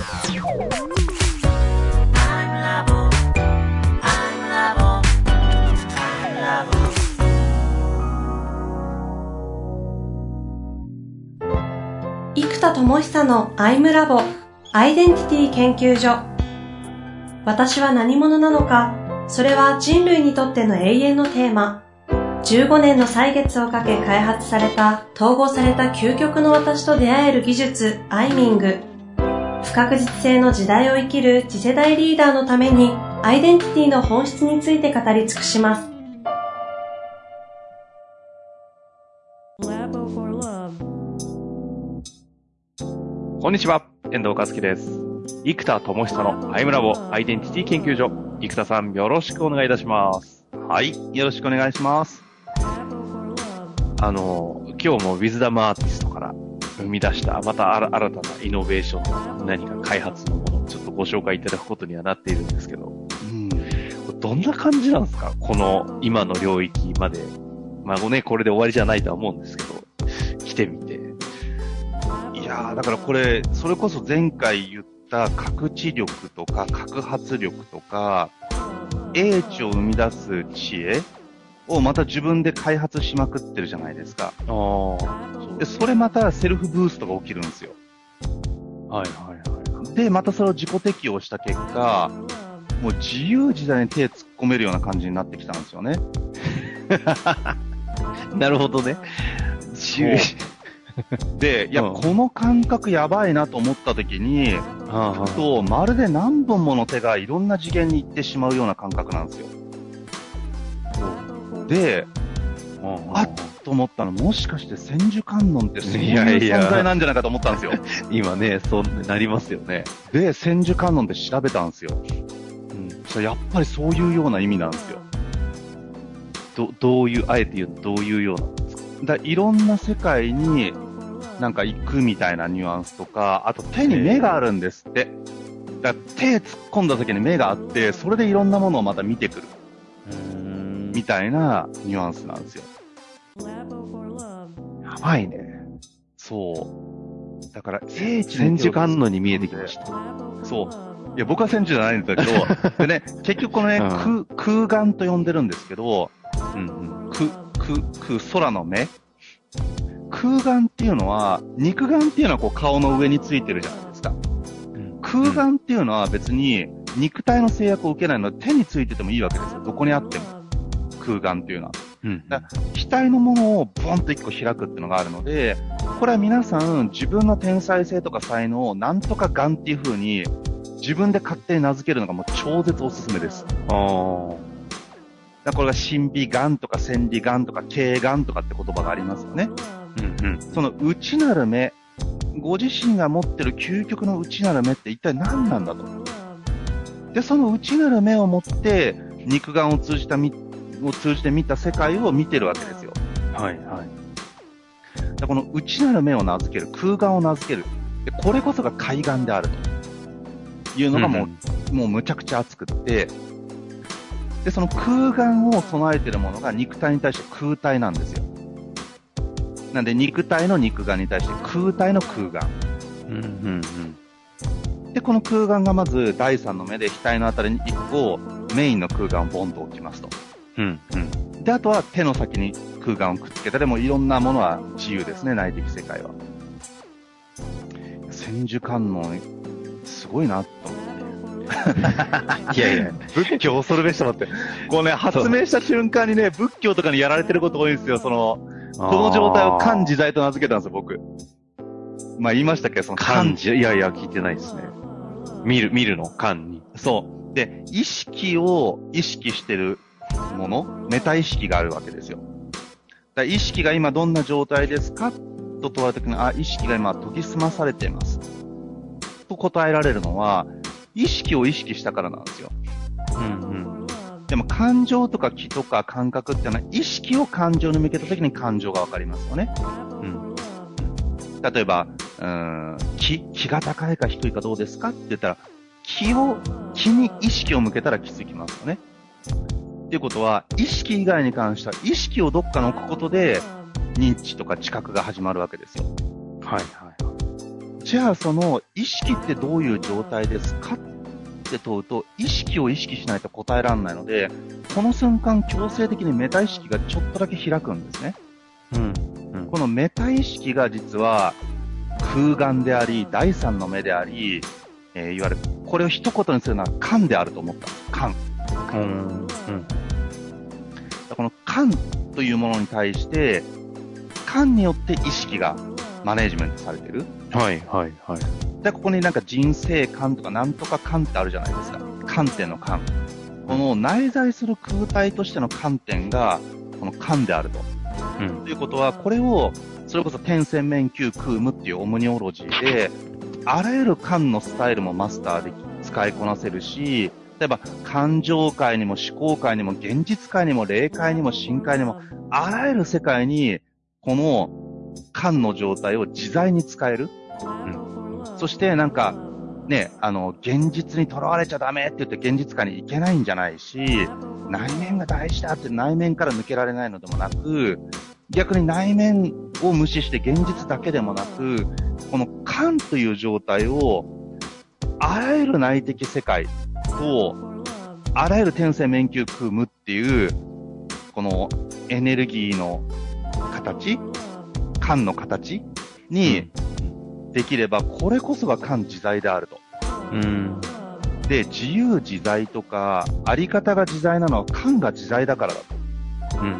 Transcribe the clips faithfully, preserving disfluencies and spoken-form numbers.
生田智久のアイムラボアイデンティティ研究所。私は何者なのか、それは人類にとっての永遠のテーマ。じゅうごねんの歳月をかけ開発された統合された究極の私と出会える技術アイミング。不確実性の時代を生きる次世代リーダーのためにアイデンティティの本質について語り尽くします。 こんにちは、遠藤和樹です。生田智久のアイムラボアイデンティティ研究所。生田さん、よろしくお願いいたします。 はい、よろしくお願いします。 あの、今日もウィズダムアーティストから生み出したまた新たなイノベーションの何か開発のものをちょっとご紹介いただくことにはなっているんですけど、うん、どんな感じなんですか、この今の領域まで。まあね、これで終わりじゃないとは思うんですけど、来てみて。 いやー、だからこれ、それこそ前回言った覚知力とか覚発力とか、英知を生み出す知恵をまた自分で開発しまくってるじゃないですか。あで、それまたセルフブーストが起きるんですよ。 はいはいはい。 で、またそれを自己適応した結果、もう自由自在に手突っ込めるような感じになってきたんですよね。 なるほどね。自由で、いや、うん、この感覚やばいなと思った時に、ふと、まるで何本もの手がいろんな次元に行ってしまうような感覚なんですよ。で、あっと思ったの、もしかして千手観音ってそういう存在なんじゃないかと思ったんですよ。 今ね、そうなりますよね。 で、千手観音って調べたんですよ。うん。それやっぱりそういうような意味なんですよ。 ど、どういう、あえて言うとどういうようなんですか？ だいろんな世界になんか行くみたいなニュアンスとか、あと手に目があるんですって。だ手突っ込んだ時に目があって、それでいろんなものをまた見てくる。みたいなニュアンスなんですよ。 やばいね。 そう。だから、英知千手観音に見えてきました。 そう。いや、僕は千手じゃないんだけど、でね、結局このね、うん、空、空眼と呼んでるんですけど、うんうん、空、空、空、空の目空眼っていうのは、肉眼っていうのはこう顔の上についてるじゃないですか。うん、空眼っていうのは別に肉体の制約を受けないので手についててもいいわけですよ。どこにあっても。空眼っていうのは。うん、だ機体のものをボンと一個開くっていうのがあるので、これは皆さん自分の天才性とか才能をなんとか眼っていう風に自分で勝手に名付けるのがもう超絶おすすめです。あだこれが神秘眼とか千里眼とか慧眼とかって言葉がありますよね。うんうん、その内なる目、ご自身が持ってる究極の内なる目って一体何なんだと。で、その内なる目を持って肉眼を通じたみを通じて見た世界を見てるわけですよ。はいはい。でこの内なる目を名付ける、空眼を名付ける。でこれこそが開眼であるというのがもう、うん、もうむちゃくちゃ熱くって、でその空眼を備えているものが肉体に対して空体なんですよ。なんで肉体の肉眼に対して空体の空眼。うんうんうん、でこの空眼がまず第三の目で額のあたりに一個メインの空眼をボンと置きますと。うんうん、であとは手の先に空眼をくっつけたりもいろんなものは自由ですね、内的世界は。千手観音すごいなと思って。いやいや仏教恐るべしと思って、こうね発明した瞬間にね仏教とかにやられてること多いんですよ。そのこの状態を漢自在と名付けたんですよ僕。まあ言いましたっけ、その漢自、いやいや聞いてないですね。見る見るの漢に。そうで意識を意識してるもの、メタ意識があるわけですよ。だ意識が今どんな状態ですかと問われたときに、あ、意識が今研ぎ澄まされています。と答えられるのは、意識を意識したからなんですよ。うんうん。でも感情とか気とか感覚っていうのは、意識を感情に向けたときに感情がわかりますよね。うん。例えば、うーん、気、気が高いか低いかどうですかって言ったら、気を、気に意識を向けたら気づきますよね。っていうことは、意識以外に関しては、意識をどっかに置くことで、認知とか知覚が始まるわけですよ。はいはい。 じゃあその意識ってどういう状態ですかって問うと、意識を意識しないと答えられないので、この瞬間強制的にメタ意識がちょっとだけ開くんですね。うん。うん、このメタ意識が実は空眼であり、第三の目であり、えー、いわゆる、これを一言にするのは観であると思ったんです。観。うん。うん。この観というものに対して、観によって意識がマネージメントされてる。 はい、はい、はい。 で、ここになんか人生観とかなんとか観ってあるじゃないですか。観点の観。この内在する空体としての観点が、この観であると。うん。ということは、これを、それこそ天線面球空無っていうオムニオロジーで、あらゆる観のスタイルもマスターでき、使いこなせるし、例えば感情界にも思考界にも現実界にも霊界にも深界にも、あらゆる世界に、この観の状態を自在に使える。うん。そしてなんか、ね、あの、現実にとらわれちゃダメって言って現実界に行けないんじゃないし、内面が大事だって内面から抜けられないのでもなく、逆に内面を無視して現実だけでもなく、この観という状態を、あらゆる内的世界と、あらゆる天性面球空無っていう、このエネルギーの形、観の形にできれば、これこそが観自在であると。うん、で、自由自在とか、あり方が自在なのは観が自在だからだと。うん、うん。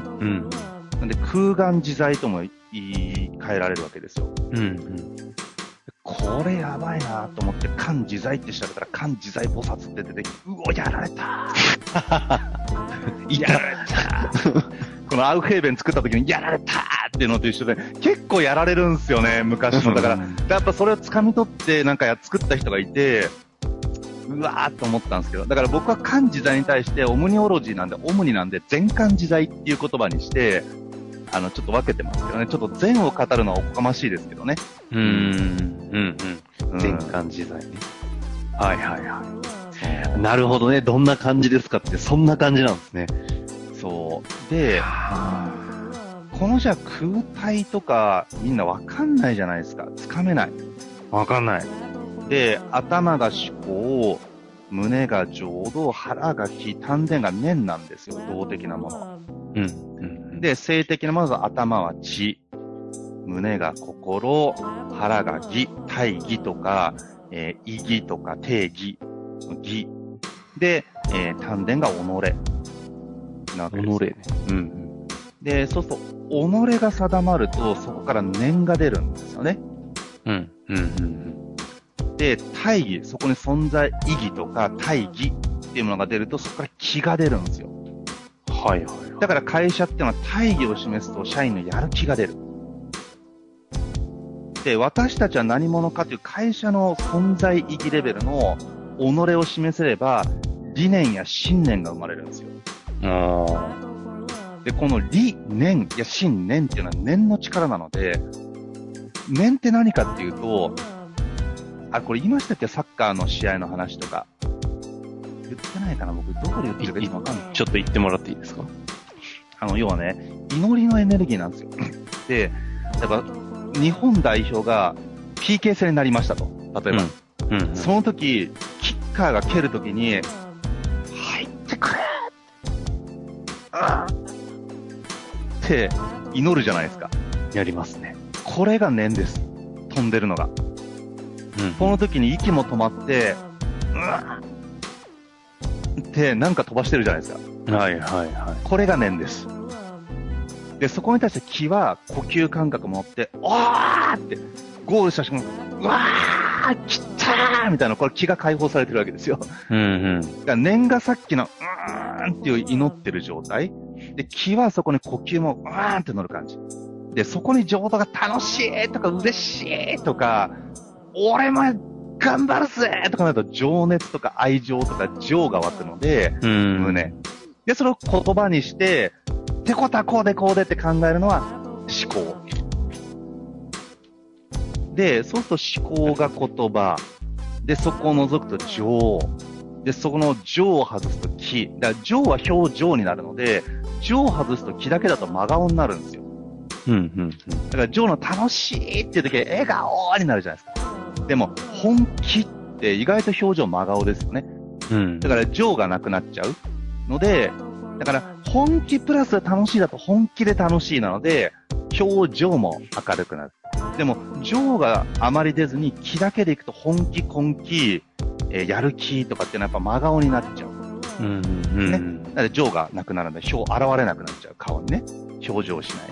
なんで空眼自在とも言い換えられるわけですよ。うん、うん。これやばいなと思って、観自在って調べたら、観自在菩薩って出てきて、うお、やられたやられたこのアウフヘーベン作った時に、やられたっていうのと一緒で、結構やられるんですよね、昔の。だから、やっぱそれを掴み取って、なんかや、作った人がいて、うわーっと思ったんですけど、だから僕は観自在に対して、オムニオロジーなんで、オムニなんで、全観自在っていう言葉にして、あの、ちょっと分けてますけどね。ちょっと善を語るのはおこがましいですけどね。うーん。うんうん。全観自在ね。 はいはいはい。なるほどね。どんな感じですかって、そんな感じなんですね。 そう。で、このじゃあ空体とかみんなわかんないじゃないですか。つかめない。 わかんない。 で、頭が思考、胸が浄土、腹が気、丹田が念なんですよ。動的なものは。うん。うんで、性的なものは頭は知、胸が心、腹が義、大義とか、えー、意義とか定義、義。で、えー、丹田が己。なわけです。己ね。うん。で、そうすると、己が定まると、そこから念が出るんですよね。うん。うん。うん。で、大義、そこに存在意義とか大義っていうものが出ると、そこから気が出るんですよ。はいはい。だから会社っていうのは大義を示すと社員のやる気が出る。で、私たちは何者かという会社の存在意義レベルの己を示せれば、理念や信念が生まれるんですよ。あで、この理念や信念っていうのは念の力なので、念って何かっていうと、あ、これ言いましたっけ？サッカーの試合の話とか。言ってないかな僕、どこで言ってるか今わかんない。 ちょっと言ってもらっていいですか？ あの、要はね、祈りのエネルギーなんですよ。で、やっぱ、日本代表が ピーケー 戦になりましたと。例えば。うんうんうん、その時、キッカーが蹴る時に、入ってくれって祈るじゃないですか。 やりますね。 これが念です。飛んでるのが。うん、この時に息も止まって、うん、ってなんか飛ばしてるじゃないですか。はいはいはい。これが念です。で、そこに対して気は呼吸感覚も持って、おーってゴールした瞬間、うわー来たーみたいな、これ気が解放されてるわけですよ。うんうん。だから念がさっきのうーんっていう祈ってる状態。で、気はそこに呼吸もうーんって乗る感じ。で、そこに浄土が楽しいとか嬉しいとか、俺も頑張るぜとかなると情熱とか愛情とか情が湧くので、うん、胸。で、それを言葉にして、てことはこうでこうでって考えるのは思考。で、そうすると思考が言葉。で、そこを除くと情。で、そこの情を外すと気。だから情は表情になるので、情を外すと気だけだと真顔になるんですよ。うんうんうん。だから情の楽しいっていう時は笑顔になるじゃないですか。 でも、本気って意外と表情真顔ですよね。 うん。 だから情がなくなっちゃうので、だから本気プラス楽しいだと本気で楽しいなので、表情も明るくなる。でも、情があまり出ずに気だけでいくと本気、根気、えー、やる気とかっていうのはやっぱ真顔になっちゃう。 うん。うん。 ね。だから情がなくなるので、表、現れなくなっちゃう。顔にね。表情しない。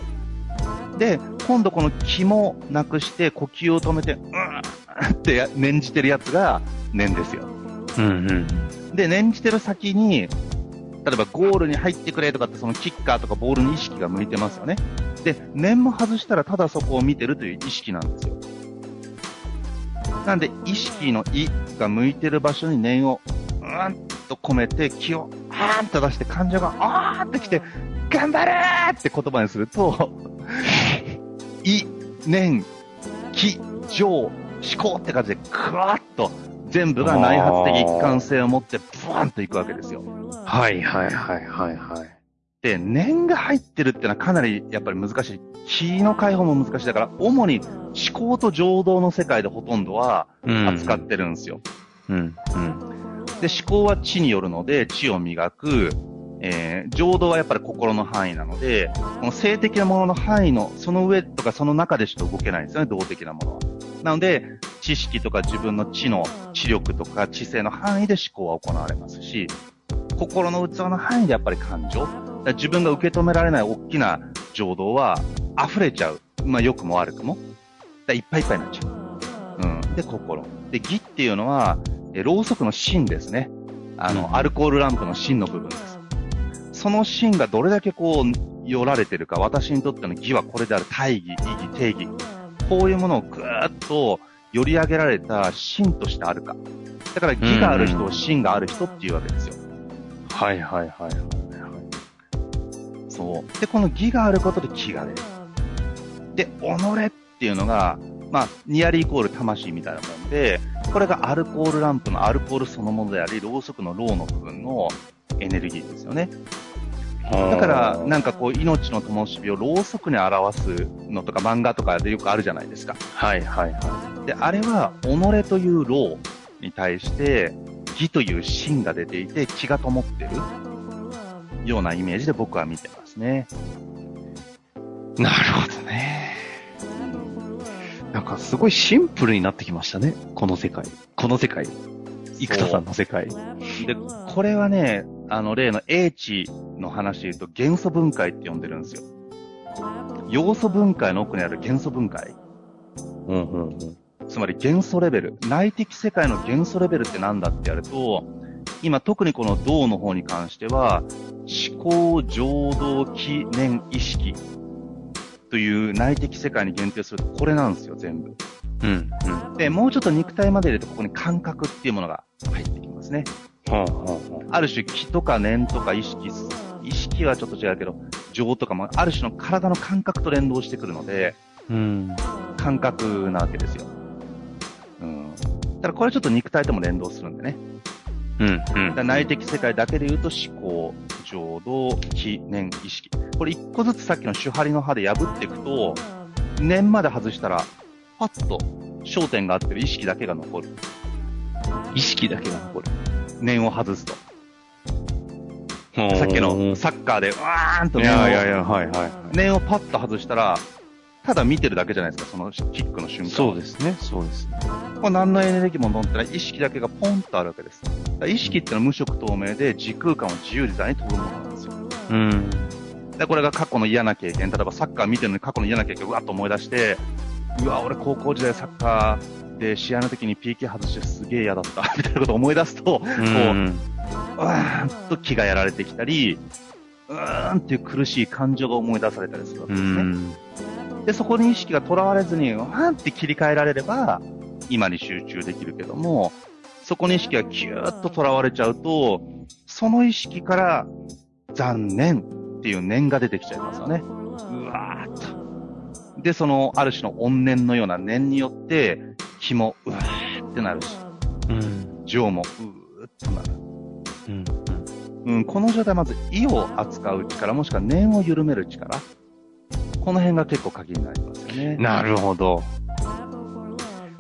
で、今度この気もなくして呼吸を止めて、うーんって念じてるやつが念ですよ。 うんうん。 で、念じてる先に、例えばゴールに入ってくれとかってそのキッカーとかボールに意識が向いてますよね。で、念も外したらただそこを見てるという意識なんですよ。なんで、意識の意が向いてる場所に念をうーんと込めて気をあーんと出して感情があーってきて、頑張れーって言葉にすると、意、念、気、情、思考って感じでクワッと全部が内発的一貫性を持ってブワンといくわけですよ。 はいはいはいはいはい。 で、念が入ってるってのはかなりやっぱり難しい。気の解放も難しい。だから、主に思考と情動の世界でほとんどは扱ってるんですよ。 うん。うん。 で、思考は知によるので、知を磨く。えー、情動はやっぱり心の範囲なので、この性的なものの範囲の、その上とかその中でしか動けないんですよね、動的なものは。なので、知識とか自分の知の、知力とか知性の範囲で思考は行われますし、心の器の範囲でやっぱり感情。自分が受け止められない大きな情動は溢れちゃう。まあ良くも悪くも。だいっぱいいっぱいになっちゃう。うん。で、心。で、義っていうのは、えろうそくの芯ですね。あの、うん、アルコールランプの芯の部分です。その芯がどれだけこう、寄られてるか、私にとっての義はこれである。大義、意義、定義。こういうものをぐーっと寄り上げられた芯としてあるか。だから義がある人を芯がある人っていうわけですよ。 はいはいはいはい。 そう。で、この義があることで気が出る。で、己っていうのが、まあ、ニアリーイコール魂みたいなもんで、これがアルコールランプのアルコールそのものであり、ろうそくのろうの部分のエネルギーですよね。だから、なんかこう、命の灯火をろうそくに表すのとか漫画とかでよくあるじゃないですか。 はいはいはい。 で、あれは、己というろうに対して、義という芯が出ていて、気が灯ってるようなイメージで僕は見てますね。 なるほどね。なんかすごいシンプルになってきましたね。この世界。この世界。生田さんの世界。 で、これはね、あの例の英知の話で言うと元素分解って呼んでるんですよ。要素分解の奥にある元素分解。 うんうんうん。 つまり元素レベル。内的世界の元素レベルってなんだってやると、今特にこの道の方に関しては、思考、情動、気、念、意識という内的世界に限定するとこれなんですよ、全部。 うんうん。 で、もうちょっと肉体まで入れるとここに感覚っていうものが入ってきますね。 はあはあ、 ある種気とか念とか意識、意識はちょっと違うけど、情とかもある種の体の感覚と連動してくるので、 うん、 感覚なわけですよ。うん。だからこれちょっと肉体とも連動するんでね。 うんうん。 だから内的世界だけで言うと思考、情動、気、念、意識。これ一個ずつさっきの手張りの刃で破っていくと、念まで外したら、パッと焦点が合ってる意識だけが残る。 意識だけが残る。 念を外すと。さっきのサッカーで、わーんと念を、 いやいやいや、はいはい。 念をパッと外したら、ただ見てるだけじゃないですか、そのキックの瞬間。 そうですね、そうですね。 これ何のエネルギーも乗ってない意識だけがポンとあるわけです。意識ってのは無色透明で時空間を自由自在に飛ぶものなんですよ。 うん。 で、これが過去の嫌な経験、例えばサッカー見てるのに過去の嫌な経験をうわっと思い出して、うわ、俺高校時代サッカーで試合の時に ピーケー 外してすげえ嫌だった、みたいなことを思い出すと、こう、うーんと気がやられてきたり、うーんっていう苦しい感情が思い出されたりするわけですね。で、そこに意識が囚われずに、わーんって切り替えられれば、今に集中できるけども、そこに意識がキューッと囚われちゃうと、その意識から残念っていう念が出てきちゃいますよね。うわーっと。で、その、ある種の怨念のような念によって、気もうわーってなるし、 うん、 情もうーっとなる。 うんうん、この状態はまず意を扱う力、もしくは念を緩める力。この辺が結構鍵になりますよね。 なるほど。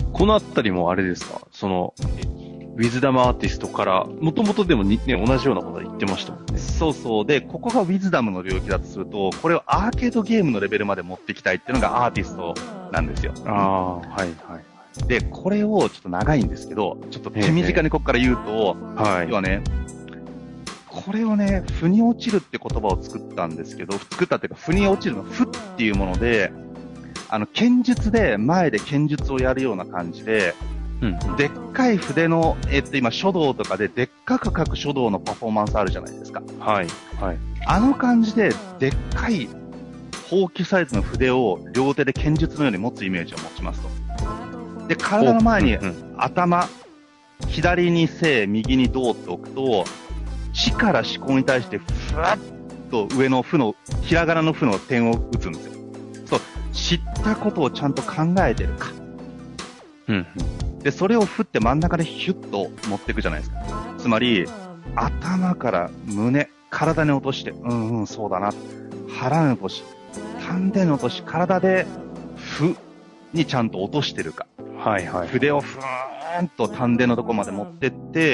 このあたりもあれですか、その、ウィズダムアーティストから、もともとでもに、ね、同じようなこと言ってましたもんね。 そうそう。で、ここがウィズダムの領域だとすると、これをアーケードゲームのレベルまで持っていきたいっていうのがアーティストなんですよ。 ああ、はいはい。 で、これをちょっと長いんですけど、ちょっと手短にここから言うと、 はい。 要はね、これをね、腑に落ちるって言葉を作ったんですけど、作ったっていうか、腑に落ちるの、腑っていうもので、あの、剣術で、前で剣術をやるような感じで、うん、でっかい筆の、えっと、今、書道とかで、でっかく書く書道のパフォーマンスあるじゃないですか。 はい。はい。 あの感じで、でっかい、ほうきサイズの筆を両手で剣術のように持つイメージを持ちますと。で、体の前に、うんうん、頭、左に正、右に胴って置くと、地から思考に対して、ふわっと上の負の、ひらがなの負の点を打つんですよ。そう、知ったことをちゃんと考えてるか。うん。で、それを振って真ん中でヒュッと持っていくじゃないですか。つまり、頭から胸、体に落として、うんうん、そうだな。腹に落とし、丹田に落とし、体で、ふにちゃんと落としてるか。はいはい。筆をふーんと丹田のとこまで持ってって、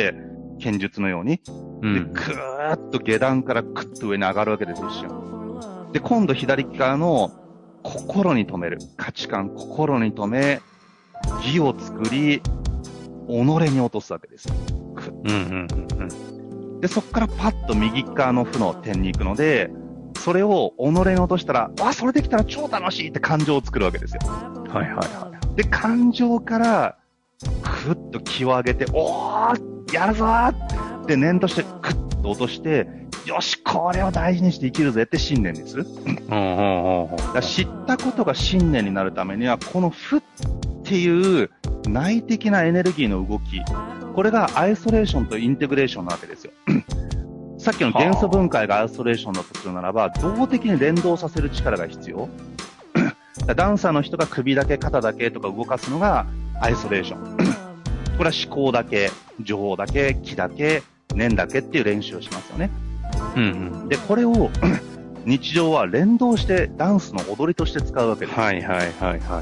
剣術のように。うん、で、ぐーっと下段からクッと上に上がるわけですよ、一瞬。で、今度左側の心に留める。価値観、心に留め、義を作り、己に落とすわけですよ。うんうんうんうん、で、そこからパッと右側の負の点に行くので、それを己に落としたら、わ、それできたら超楽しいって感情を作るわけですよ。はいはいはい。で、感情から、クッと気を上げて、おー、やるぞーで、念としてクッと落として、よし、これを大事にして生きるぜって信念にする。だ知ったことが信念になるためには、この負っていう内的なエネルギーの動き、これがアイソレーションとインテグレーションなわけですよ。さっきの元素分解がアイソレーションだとするならば、動的に連動させる力が必要。ダンサーの人が首だけ肩だけとか動かすのがアイソレーション。これは思考だけ、情報だけ、気だけ、念だけっていう練習をしますよね。うんうん、で、これを日常は連動してダンスの踊りとして使うわけです。はいはいはいはい。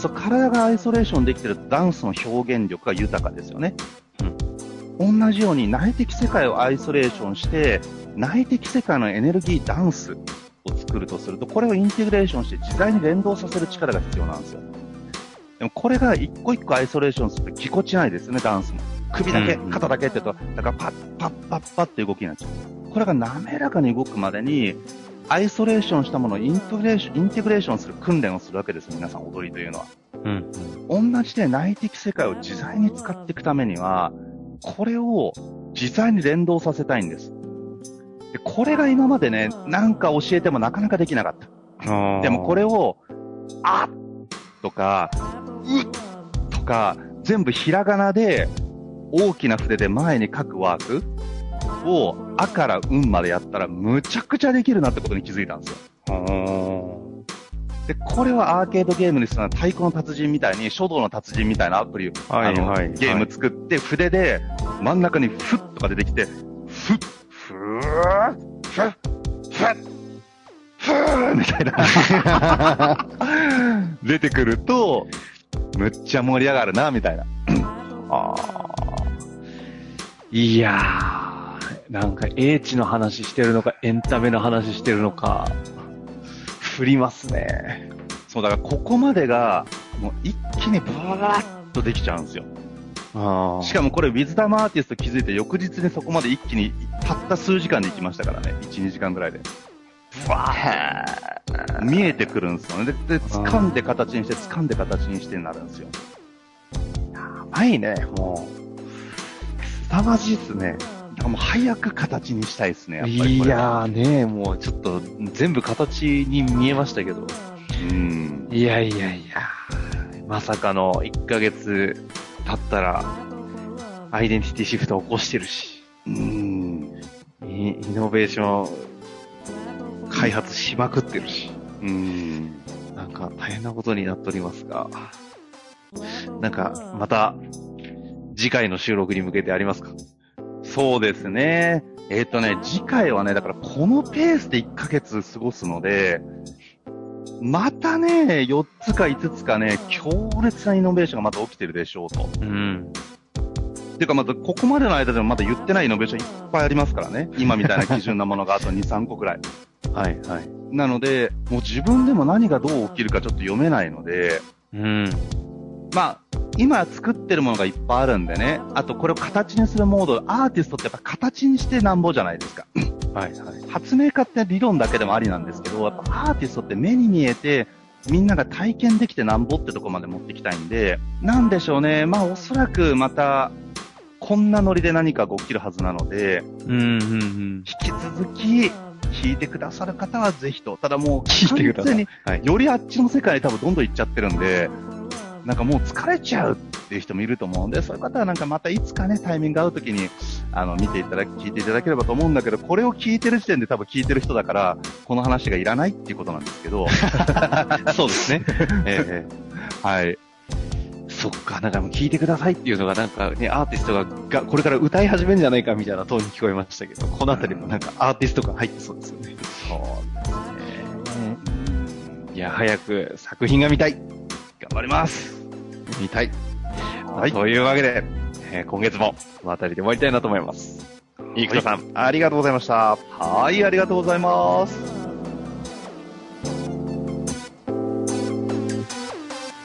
そう、体がアイソレーションできてるとダンスの表現力が豊かですよね。うん、同じように内的世界をアイソレーションして、内的世界のエネルギーダンスを作るとすると、これをインテグレーションして自在に連動させる力が必要なんですよ。でもこれが一個一個アイソレーションするとぎこちないですよね、ダンスも。首だけ、肩だけって言うと、だからパッパッパッパッって動きになっちゃう。これが滑らかに動くまでに、アイソレーションしたものをインテグレーション、インテグレーションする訓練をするわけですよ、皆さん、踊りというのは。うん。同じで内的世界を自在に使っていくためには、これを自在に連動させたいんです。で、これが今までね、なんか教えてもなかなかできなかった。でもこれを、あっとか、うっとか、全部ひらがなで、大きな筆で前に書くワークを、あからうんまでやったら、むちゃくちゃできるなってことに気づいたんですよ。で、これはアーケードゲームにするのは太鼓の達人みたいに、書道の達人みたいなアプリ、はいはいはい、ゲーム作って、筆で真ん中にフッとか出てきて、フッ、フー、フッ、フッ、フーみたいな。出てくると、むっちゃ盛り上がるな、みたいな。 あいやー、なんか英知の話してるのか、エンタメの話してるのか、振りますね。 そう、だからここまでが、もう一気にバーッとできちゃうんですよ。あしかもこれ、ウィズダムアーティスト気づいて翌日にそこまで一気に、たった数時間で行きましたからね。いち、にじかんぐらいで。ブワー見えてくるんですよね。で、で掴んで形にして、掴んで形にしてになるんですよ。 やばいね、もう。凄まじいっすね。 もう早く形にしたいですね、やっぱりこれ。 いやーね、もうちょっと全部形に見えましたけど。うん。いやいやいや、まさかのいっかげつ経ったら、アイデンティティシフトを起こしてるし。うん。イ, イノベーション、開発しまくってるし。うん。なんか大変なことになっておりますが。なんか、また、次回の収録に向けてありますか？ そうですね。えっとね、次回はね、だからこのペースでいっかげつ過ごすので、 またね、よっつかいつつかね、強烈なイノベーションがまた起きてるでしょうと。 うん。 ていうかまた、ここまでの間でもまだ言ってないイノベーションいっぱいありますからね。今みたいな基準なものがあとに、さんこくらい。 はいはい。 なので、もう自分でも何がどう起きるかちょっと読めないので、 うん。 まあ、今作ってるものがいっぱいあるんでね。あとこれを形にするモード、アーティストってやっぱ形にしてなんぼじゃないですか。 はいはい。 発明家って理論だけでもありなんですけど、やっぱアーティストって目に見えて、みんなが体験できてなんぼってとこまで持ってきたいんで、なんでしょうね。まあおそらくまた、こんなノリで何かが起きるはずなので、 うんうんうん。 引き続き、聞いてくださる方はぜひと。ただもう、 聞いてください。 完全に、はい、よりあっちの世界に多分どんどん行っちゃってるんで、なんかもう疲れちゃうっていう人もいると思うんで、そういう方はなんかまたいつかね、タイミングが合うときに、あの、見ていただき、聞いていただければと思うんだけど、これを聞いてる時点で多分聞いてる人だから、この話がいらないっていうことなんですけど。 そうですね。ええはい。 そっか、なんかもう聞いてくださいっていうのがなんかね、アーティストががこれから歌い始めるんじゃないかみたいなトーンに聞こえましたけど、このあたりもなんかアーティストが入ってそうですよね。 そうですね。 いや、早く作品が見たい。 頑張ります。 見たい。 はい。 というわけで、えー、今月もこのあたりで終わりたいなと思います。生田さん、はい、ありがとうございました。 はい、ありがとうございます。